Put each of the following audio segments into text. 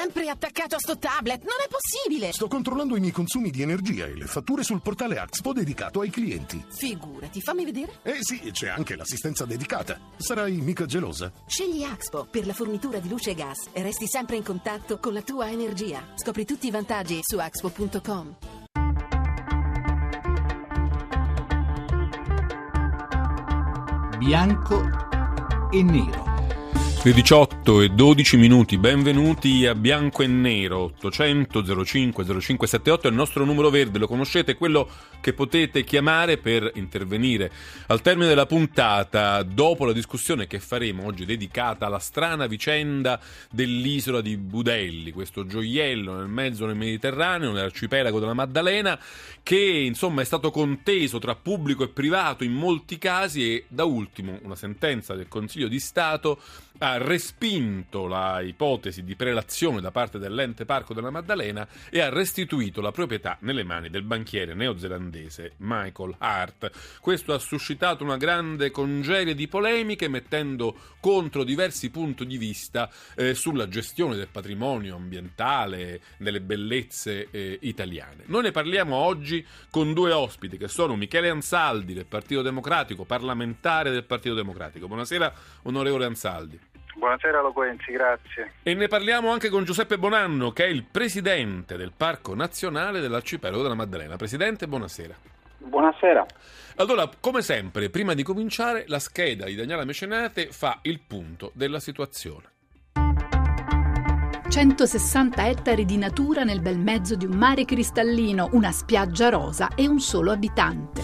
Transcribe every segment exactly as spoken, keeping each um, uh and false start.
sempre attaccato a sto tablet, non è possibile! Sto controllando i miei consumi di energia e le fatture sul portale Axpo dedicato ai clienti. Figurati, fammi vedere. Eh sì, c'è anche l'assistenza dedicata. Sarai mica gelosa? Scegli Axpo per la fornitura di luce e gas e resti sempre in contatto con la tua energia. Scopri tutti i vantaggi su axpo punto com. Bianco e nero. Le diciotto e dodici minuti, benvenuti a Bianco e Nero. Ottocento zero cinque zero cinque settantotto è il nostro numero verde, lo conoscete, quello che potete chiamare per intervenire al termine della puntata, dopo la discussione che faremo oggi dedicata alla strana vicenda dell'isola di Budelli, questo gioiello nel mezzo del Mediterraneo, nell'arcipelago della Maddalena, che insomma è stato conteso tra pubblico e privato in molti casi e da ultimo una sentenza del Consiglio di Stato ha respinto la ipotesi di prelazione da parte dell'ente Parco della Maddalena e ha restituito la proprietà nelle mani del banchiere neozelandese Michael Hart. Questo ha suscitato una grande congerie di polemiche, mettendo contro diversi punti di vista eh, sulla gestione del patrimonio ambientale, delle bellezze eh, italiane. Noi ne parliamo oggi con due ospiti che sono Michele Ansaldi del Partito Democratico, parlamentare del Partito Democratico. Buonasera onorevole Ansaldi. Buonasera Loquenzi, grazie. E ne parliamo anche con Giuseppe Bonanno, che è il presidente del Parco Nazionale dell'Arcipelago della Maddalena. Presidente, buonasera. Buonasera. Allora, come sempre, prima di cominciare, la scheda di Daniela Mecenate fa il punto della situazione. centosessanta ettari di natura nel bel mezzo di un mare cristallino, una spiaggia rosa e un solo abitante.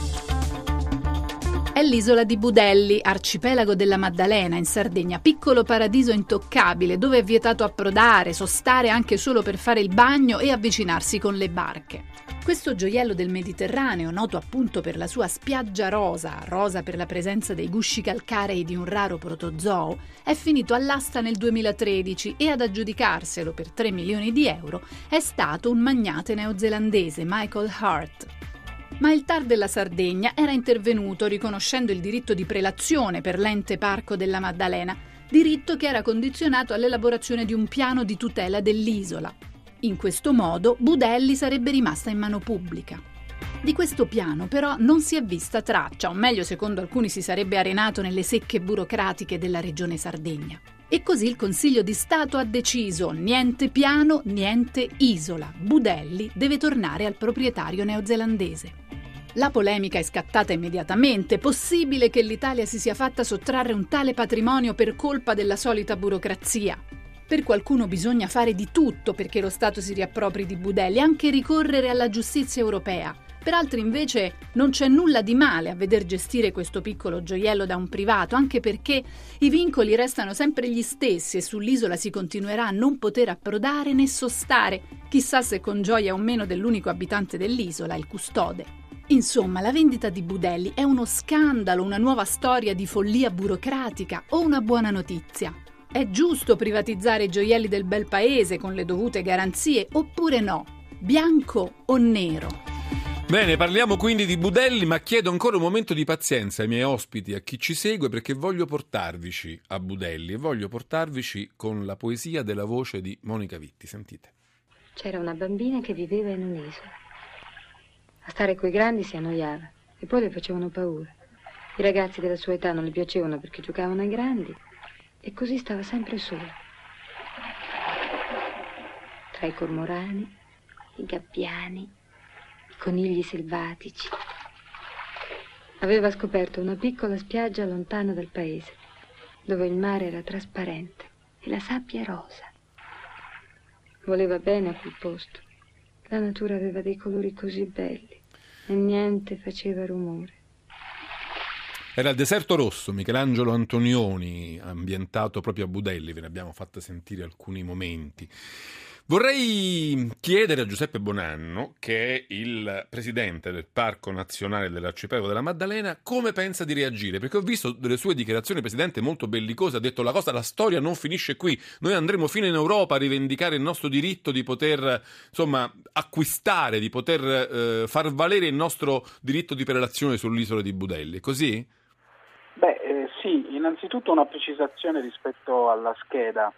È l'isola di Budelli, arcipelago della Maddalena, in Sardegna, piccolo paradiso intoccabile dove è vietato approdare, sostare anche solo per fare il bagno e avvicinarsi con le barche. Questo gioiello del Mediterraneo, noto appunto per la sua spiaggia rosa, rosa per la presenza dei gusci calcarei di un raro protozoo, è finito all'asta nel duemilatredici e ad aggiudicarselo per tre milioni di euro è stato un magnate neozelandese, Michael Hart. Ma il T A R della Sardegna era intervenuto riconoscendo il diritto di prelazione per l'ente Parco della Maddalena, diritto che era condizionato all'elaborazione di un piano di tutela dell'isola. In questo modo Budelli sarebbe rimasta in mano pubblica. Di questo piano però non si è vista traccia, o meglio secondo alcuni si sarebbe arenato nelle secche burocratiche della regione Sardegna. E così il Consiglio di Stato ha deciso: niente piano, niente isola. Budelli deve tornare al proprietario neozelandese. La polemica è scattata immediatamente. Possibile che l'Italia si sia fatta sottrarre un tale patrimonio per colpa della solita burocrazia? Per qualcuno bisogna fare di tutto perché lo Stato si riappropri di Budelli, anche ricorrere alla giustizia europea. Per altri invece non c'è nulla di male a veder gestire questo piccolo gioiello da un privato, anche perché i vincoli restano sempre gli stessi e sull'isola si continuerà a non poter approdare né sostare, chissà se con gioia o meno dell'unico abitante dell'isola, il custode. Insomma, la vendita di Budelli è uno scandalo, una nuova storia di follia burocratica o una buona notizia? È giusto privatizzare i gioielli del bel paese con le dovute garanzie oppure no? Bianco o nero? Bene, parliamo quindi di Budelli, ma chiedo ancora un momento di pazienza ai miei ospiti, a chi ci segue, perché voglio portarvici a Budelli e voglio portarvici con la poesia della voce di Monica Vitti. Sentite. C'era una bambina che viveva in un'isola. A stare coi grandi si annoiava e poi le facevano paura. I ragazzi della sua età non le piacevano perché giocavano ai grandi e così stava sempre sola. Tra i cormorani, i gabbiani, i conigli selvatici. Aveva scoperto una piccola spiaggia lontana dal paese, dove il mare era trasparente e la sabbia rosa. Voleva bene a quel posto. La natura aveva dei colori così belli e niente faceva rumore. Era il Deserto Rosso, Michelangelo Antonioni, ambientato proprio a Budelli, ve ne abbiamo fatto sentire alcuni momenti. Vorrei chiedere a Giuseppe Bonanno, che è il presidente del Parco Nazionale dell'Arcipelago della Maddalena, come pensa di reagire, perché ho visto delle sue dichiarazioni, presidente, molto bellicose. Ha detto: la cosa, la storia non finisce qui, noi andremo fino in Europa a rivendicare il nostro diritto di poter, insomma, acquistare, di poter eh, far valere il nostro diritto di prelazione sull'isola di Budelli. È così? Beh, eh, sì, innanzitutto una precisazione rispetto alla scheda.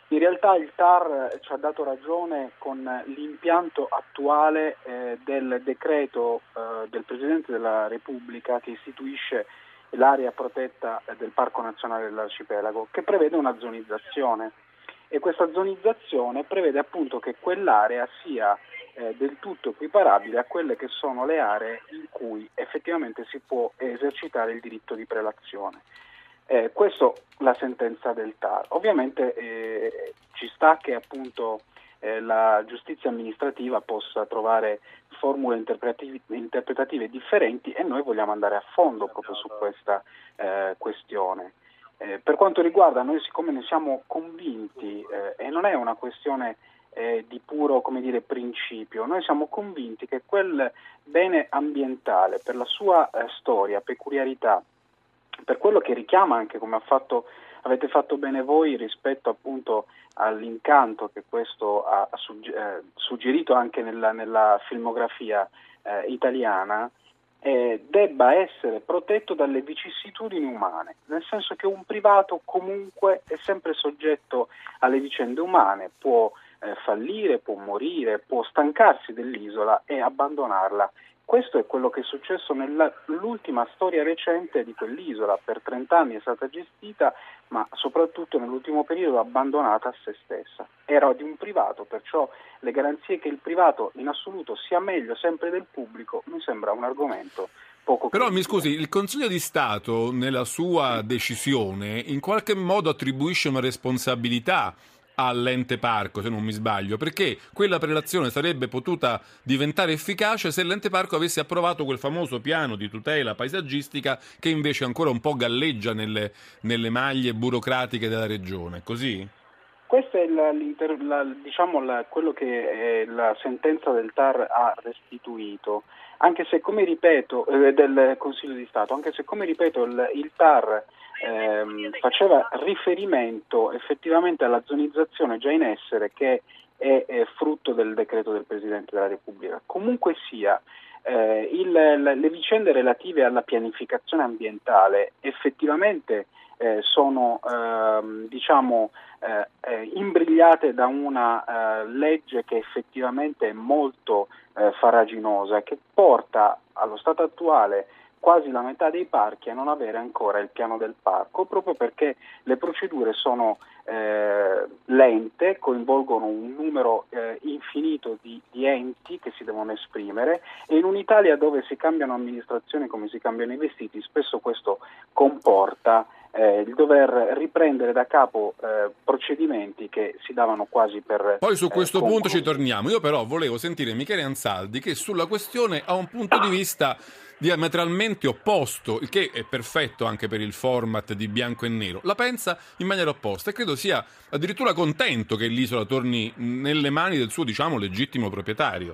In realtà il T A R ci ha dato ragione con l'impianto attuale eh, del decreto eh, del Presidente della Repubblica che istituisce l'area protetta del Parco Nazionale dell'Arcipelago, che prevede una zonizzazione, e questa zonizzazione prevede appunto che quell'area sia eh, del tutto equiparabile a quelle che sono le aree in cui effettivamente si può esercitare il diritto di prelazione. Eh, questo la sentenza del T A R. Ovviamente eh, ci sta che appunto eh, la giustizia amministrativa possa trovare formule interpretative, interpretative differenti, e noi vogliamo andare a fondo proprio su questa eh, questione. Eh, per quanto riguarda noi, siccome ne siamo convinti, eh, e non è una questione eh, di puro, come dire, principio, noi siamo convinti che quel bene ambientale, per la sua eh, storia, peculiarità, per quello che richiama anche, come ha fatto, avete fatto bene voi, rispetto appunto all'incanto che questo ha, ha sugge- eh, suggerito anche nella, nella filmografia eh, italiana, eh, debba essere protetto dalle vicissitudini umane, nel senso che un privato comunque è sempre soggetto alle vicende umane, può eh, fallire, può morire, può stancarsi dell'isola e abbandonarla. Questo è quello che è successo nell'ultima storia recente di quell'isola. Per trent'anni è stata gestita, ma soprattutto nell'ultimo periodo abbandonata a se stessa. Era di un privato, perciò le garanzie che il privato in assoluto sia meglio sempre del pubblico mi sembra un argomento poco Però credibile. mi scusi, il Consiglio di Stato nella sua decisione in qualche modo attribuisce una responsabilità all'ente parco, se non mi sbaglio, perché quella prelazione sarebbe potuta diventare efficace se l'ente parco avesse approvato quel famoso piano di tutela paesaggistica che invece ancora un po' galleggia nelle, nelle maglie burocratiche della regione, così? Questo è la, la, diciamo la, quello che eh, la sentenza del T A R ha restituito, anche se, come ripeto, eh, del Consiglio di Stato, anche se, come ripeto, il, il T A R ehm, faceva riferimento effettivamente alla zonizzazione già in essere, che è, è frutto del decreto del Presidente della Repubblica. Comunque sia, eh, il, le vicende relative alla pianificazione ambientale effettivamente eh, sono ehm, diciamo eh, eh, imbrigliate da una eh, legge che effettivamente è molto eh, farraginosa, che porta allo stato attuale quasi la metà dei parchi a non avere ancora il piano del parco, proprio perché le procedure sono eh, lente, coinvolgono un numero eh, infinito di, di enti che si devono esprimere, e in un'Italia dove si cambiano amministrazioni come si cambiano i vestiti, spesso questo comporta eh, il dover riprendere da capo eh, procedimenti che si davano quasi per... Poi su questo eh, punto ci torniamo. Io però volevo sentire Michele Ansaldi, che sulla questione ha un punto di vista diametralmente opposto, il che è perfetto anche per il format di Bianco e Nero. La pensa in maniera opposta e credo sia addirittura contento che l'isola torni nelle mani del suo, diciamo, legittimo proprietario.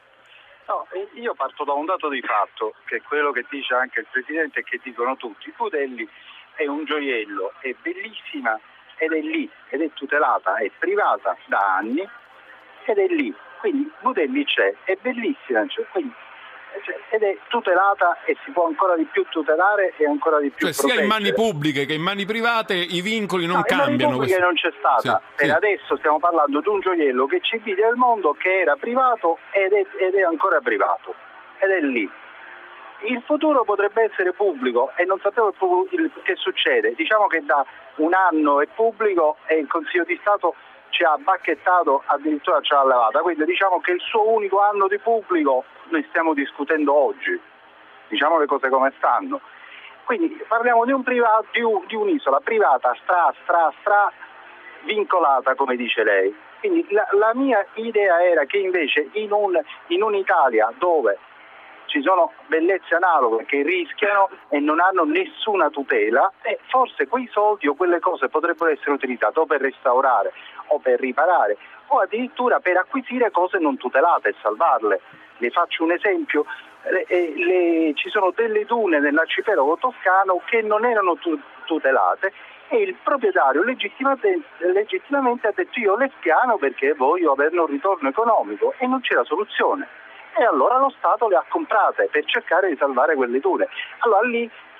No, io parto da un dato di fatto, che è quello che dice anche il Presidente e che dicono tutti. Budelli è un gioiello, è bellissima ed è lì, ed è tutelata, è privata da anni ed è lì. Quindi Budelli c'è, è bellissima, cioè, quindi ed è tutelata e si può ancora di più tutelare e ancora di più cioè proteggere. Sia in mani pubbliche che in mani private i vincoli non no, cambiano. In mani pubbliche non c'è stata, sì, per sì. Adesso stiamo parlando di un gioiello che ci vide al mondo, che era privato ed è, ed è ancora privato ed è lì. Il futuro potrebbe essere pubblico e non sapevo il, che succede. Diciamo che da un anno è pubblico e il Consiglio di Stato ci ha bacchettato, addirittura ce l'ha levata, quindi diciamo che il suo unico anno di pubblico noi stiamo discutendo oggi, diciamo le cose come stanno. Quindi parliamo di un privato, di, un, di un'isola privata stra stra stra vincolata, come dice lei. Quindi la, la mia idea era che invece in, un, in un'Italia dove ci sono bellezze analoghe che rischiano e non hanno nessuna tutela, e forse quei soldi o quelle cose potrebbero essere utilizzate o per restaurare o per riparare o addirittura per acquisire cose non tutelate e salvarle. Le faccio un esempio, le, le, ci sono delle dune nell'arcipelago toscano che non erano tu, tutelate e il proprietario legittimamente, legittimamente ha detto: io le spiano perché voglio averne un ritorno economico, e non c'era soluzione. E allora lo Stato le ha comprate per cercare di salvare quelle dune. Allora lì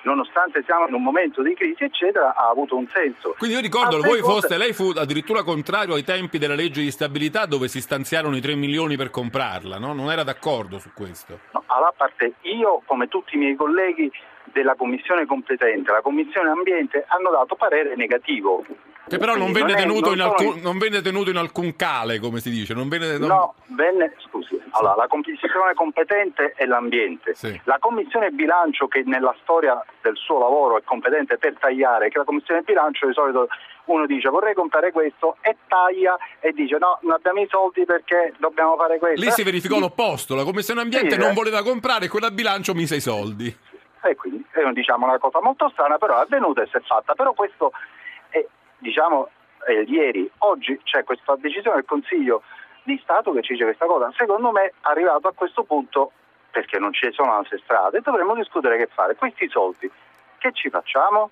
nonostante siamo in un momento di crisi eccetera, ha avuto un senso. Quindi io ricordo, Altre voi cose... foste, lei fu addirittura contrario ai tempi della legge di stabilità dove si stanziarono i tre milioni per comprarla, no? Non era d'accordo su questo? No, alla parte io, come tutti i miei colleghi della commissione competente, la commissione ambiente, hanno dato parere negativo. Che però non venne, non è, tenuto non in alcun, sono... non venne tenuto in alcun cale, come si dice. Non venne, non... No, venne, scusi, allora la commissione competente è l'ambiente. Sì. La commissione bilancio, che nella storia del suo lavoro è competente per tagliare, che la commissione bilancio di solito uno dice vorrei comprare questo e taglia e dice no, non abbiamo i soldi perché dobbiamo fare questo. Lì si verificò sì. l'opposto, la commissione ambiente sì, non eh. voleva comprare e quella bilancio mise i soldi. E quindi è diciamo una cosa molto strana, però è avvenuta e si è fatta. Però questo è, diciamo, è ieri. Oggi c'è questa decisione del Consiglio di Stato che ci dice questa cosa. Secondo me, arrivato a questo punto, perché non ci sono altre strade, dovremmo discutere che fare. Questi soldi, che ci facciamo?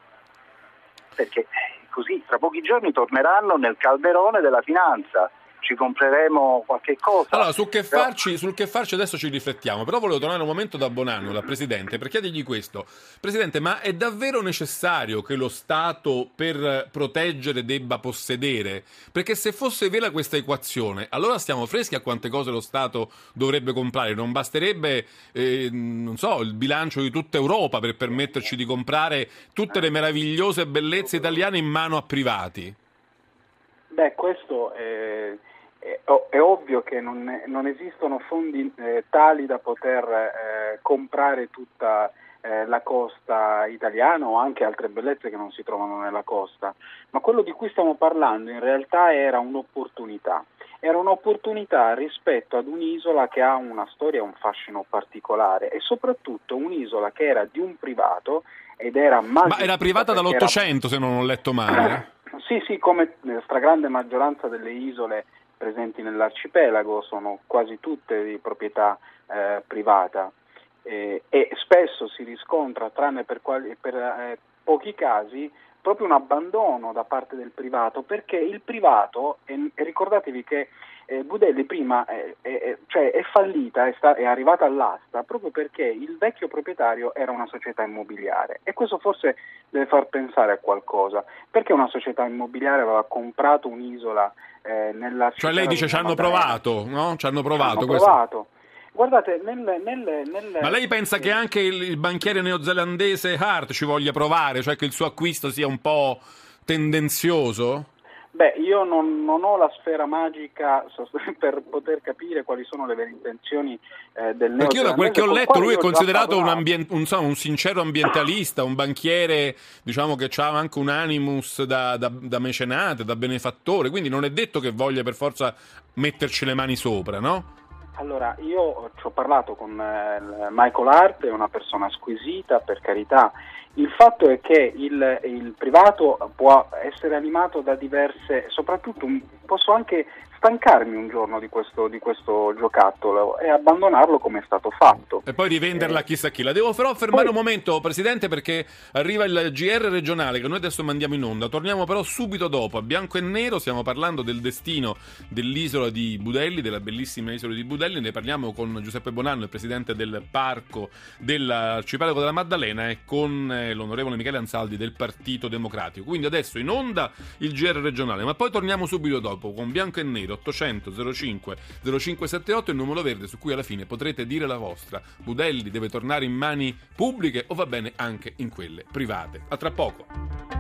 Perché così tra pochi giorni torneranno nel calderone della finanza. Ci compreremo qualche cosa. Allora, su che però... farci, sul che farci adesso ci riflettiamo, però volevo tornare un momento da Bonanno, la Presidente, per chiedergli questo. Presidente, ma è davvero necessario che lo Stato per proteggere debba possedere? Perché se fosse vera questa equazione, allora stiamo freschi a quante cose lo Stato dovrebbe comprare. Non basterebbe, eh, non so, il bilancio di tutta Europa per permetterci di comprare tutte le meravigliose bellezze italiane in mano a privati. Beh, questo è... È ovvio che non, non esistono fondi eh, tali da poter eh, comprare tutta eh, la costa italiana o anche altre bellezze che non si trovano nella costa, ma quello di cui stiamo parlando in realtà era un'opportunità. Era un'opportunità rispetto ad un'isola che ha una storia e un fascino particolare e soprattutto un'isola che era di un privato ed era Ma era privata dall'Ottocento, era... se non ho letto male. Sì, sì, come la stragrande maggioranza delle isole presenti nell'arcipelago sono quasi tutte di proprietà eh, privata eh, e spesso si riscontra, tranne per, quali, per eh, pochi casi, proprio un abbandono da parte del privato, perché il privato, e, e ricordatevi che eh, Budelli prima è, è, cioè è fallita, è, sta, è arrivata all'asta proprio perché il vecchio proprietario era una società immobiliare e questo forse deve far pensare a qualcosa, perché una società immobiliare aveva comprato un'isola eh, nella cioè lei dice ci hanno provato, no? Ci hanno provato, hanno questo. provato. Guardate, nel, nel, nel... Ma lei pensa che anche il, il banchiere neozelandese Hart ci voglia provare, cioè che il suo acquisto sia un po' tendenzioso? Beh, io non, non ho la sfera magica per poter capire quali sono le vere intenzioni eh, del neozelandese. Perché io da quel che ho letto lui è considerato un, ambient, un, so, un sincero ambientalista, un banchiere, diciamo che ha anche un animus da, da, da mecenate, da benefattore, quindi non è detto che voglia per forza metterci le mani sopra, no? Allora, io ci ho parlato con eh, Michael Hart, è una persona squisita, per carità. Il fatto è che il, il privato può essere animato da diverse, soprattutto posso anche stancarmi un giorno di questo, di questo giocattolo e abbandonarlo come è stato fatto. E poi rivenderla eh, chissà chi. La devo però fermare poi... un momento, Presidente, perché arriva il G R regionale che noi adesso mandiamo in onda. Torniamo però subito dopo, a bianco e nero, stiamo parlando del destino dell'isola di Budelli, della bellissima isola di Budelli. Ne parliamo con Giuseppe Bonanno, il Presidente del Parco dell'Arcipelago della Maddalena, e con eh, l'onorevole Michele Anzaldi del Partito Democratico. Quindi adesso in onda il G R regionale, ma poi torniamo subito dopo con bianco e nero. ottocento zero cinque zero cinque sette otto, il numero verde su cui alla fine potrete dire la vostra. Budelli deve tornare in mani pubbliche o va bene anche in quelle private? A tra poco.